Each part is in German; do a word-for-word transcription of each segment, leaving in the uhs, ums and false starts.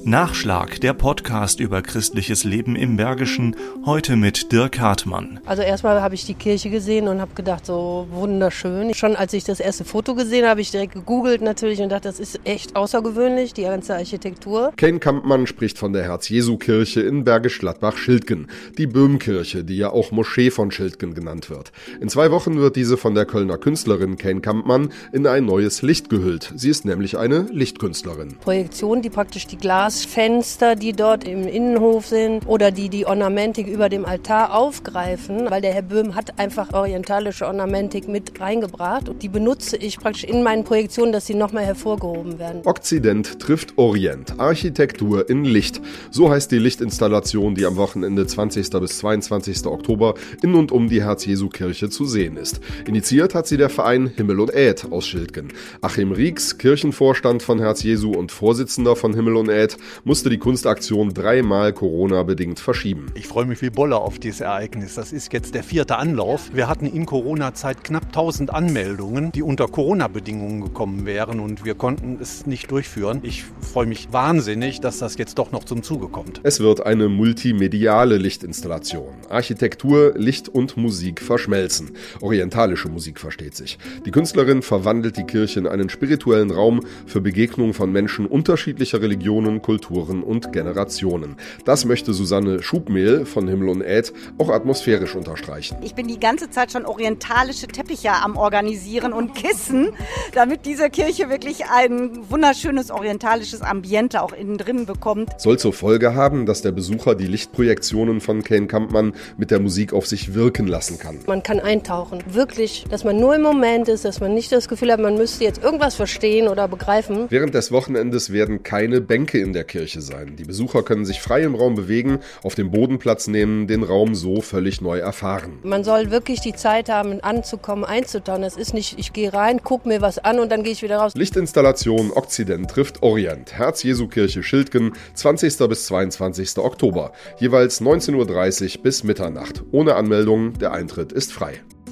Nachschlag, der Podcast über christliches Leben im Bergischen, heute mit Dirk Hartmann. Also erstmal habe ich die Kirche gesehen und habe gedacht, so wunderschön. Schon als ich das erste Foto gesehen habe, habe ich direkt gegoogelt natürlich und dachte, das ist echt außergewöhnlich, die ganze Architektur. Kane Kampmann spricht von der Herz-Jesu-Kirche in Bergisch Gladbach-Schildgen, die Böhm-Kirche, die ja auch Moschee von Schildgen genannt wird. In zwei Wochen wird diese von der Kölner Künstlerin Kane Kampmann in ein neues Licht gehüllt. Sie ist nämlich eine Lichtkünstlerin. Projektion, die praktisch die Glasfenster, die dort im Innenhof sind oder die die Ornamentik über dem Altar aufgreifen, weil der Herr Böhm hat einfach orientalische Ornamentik mit reingebracht und die benutze ich praktisch in meinen Projektionen, dass sie nochmal hervorgehoben werden. Okzident trifft Orient, Architektur in Licht. So heißt die Lichtinstallation, die am Wochenende zwanzigsten bis zweiundzwanzigsten Oktober in und um die Herz-Jesu-Kirche zu sehen ist. Initiiert hat sie der Verein Himmel und Äd aus Schildgen. Achim Rieks, Kirchenvorstand von Herz-Jesu und Vorsitzender von Himmel und Äd, musste die Kunstaktion dreimal Corona-bedingt verschieben. Ich freue mich wie Bolle auf dieses Ereignis. Das ist jetzt der vierte Anlauf. Wir hatten in Corona-Zeit knapp tausend Anmeldungen, die unter Corona-Bedingungen gekommen wären und wir konnten es nicht durchführen. Ich freue mich wahnsinnig, dass das jetzt doch noch zum Zuge kommt. Es wird eine multimediale Lichtinstallation. Architektur, Licht und Musik verschmelzen. Orientalische Musik versteht sich. Die Künstlerin verwandelt die Kirche in einen spirituellen Raum für Begegnungen von Menschen unterschiedlicher Religionen, Kulturen und Generationen. Das möchte Susanne Schubmehl von Himmel und Äd auch atmosphärisch unterstreichen. Ich bin die ganze Zeit schon orientalische Teppiche am Organisieren und Kissen, damit diese Kirche wirklich ein wunderschönes orientalisches Ambiente auch innen drin bekommt. Soll zur Folge haben, dass der Besucher die Lichtprojektionen von Kane Kampmann mit der Musik auf sich wirken lassen kann. Man kann eintauchen. Wirklich, dass man nur im Moment ist, dass man nicht das Gefühl hat, man müsste jetzt irgendwas verstehen oder begreifen. Während des Wochenendes werden keine Bänke in der Kirche sein. Die Besucher können sich frei im Raum bewegen, auf dem Boden Platz nehmen, den Raum so völlig neu erfahren. Man soll wirklich die Zeit haben, anzukommen, einzutauchen. Das ist nicht, ich gehe rein, gucke mir was an und dann gehe ich wieder raus. Lichtinstallation Okzident trifft Orient. Herz-Jesu-Kirche Schildgen, zwanzigsten bis zweiundzwanzigsten Oktober. Jeweils neunzehn Uhr dreißig bis Mitternacht. Ohne Anmeldung, der Eintritt ist frei.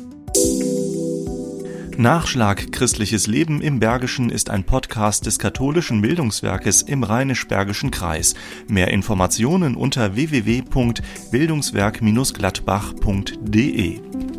Nachschlag Christliches Leben im Bergischen ist ein Podcast des katholischen Bildungswerkes im Rheinisch-Bergischen Kreis. Mehr Informationen unter w w w punkt bildungswerk Bindestrich gladbach punkt d e.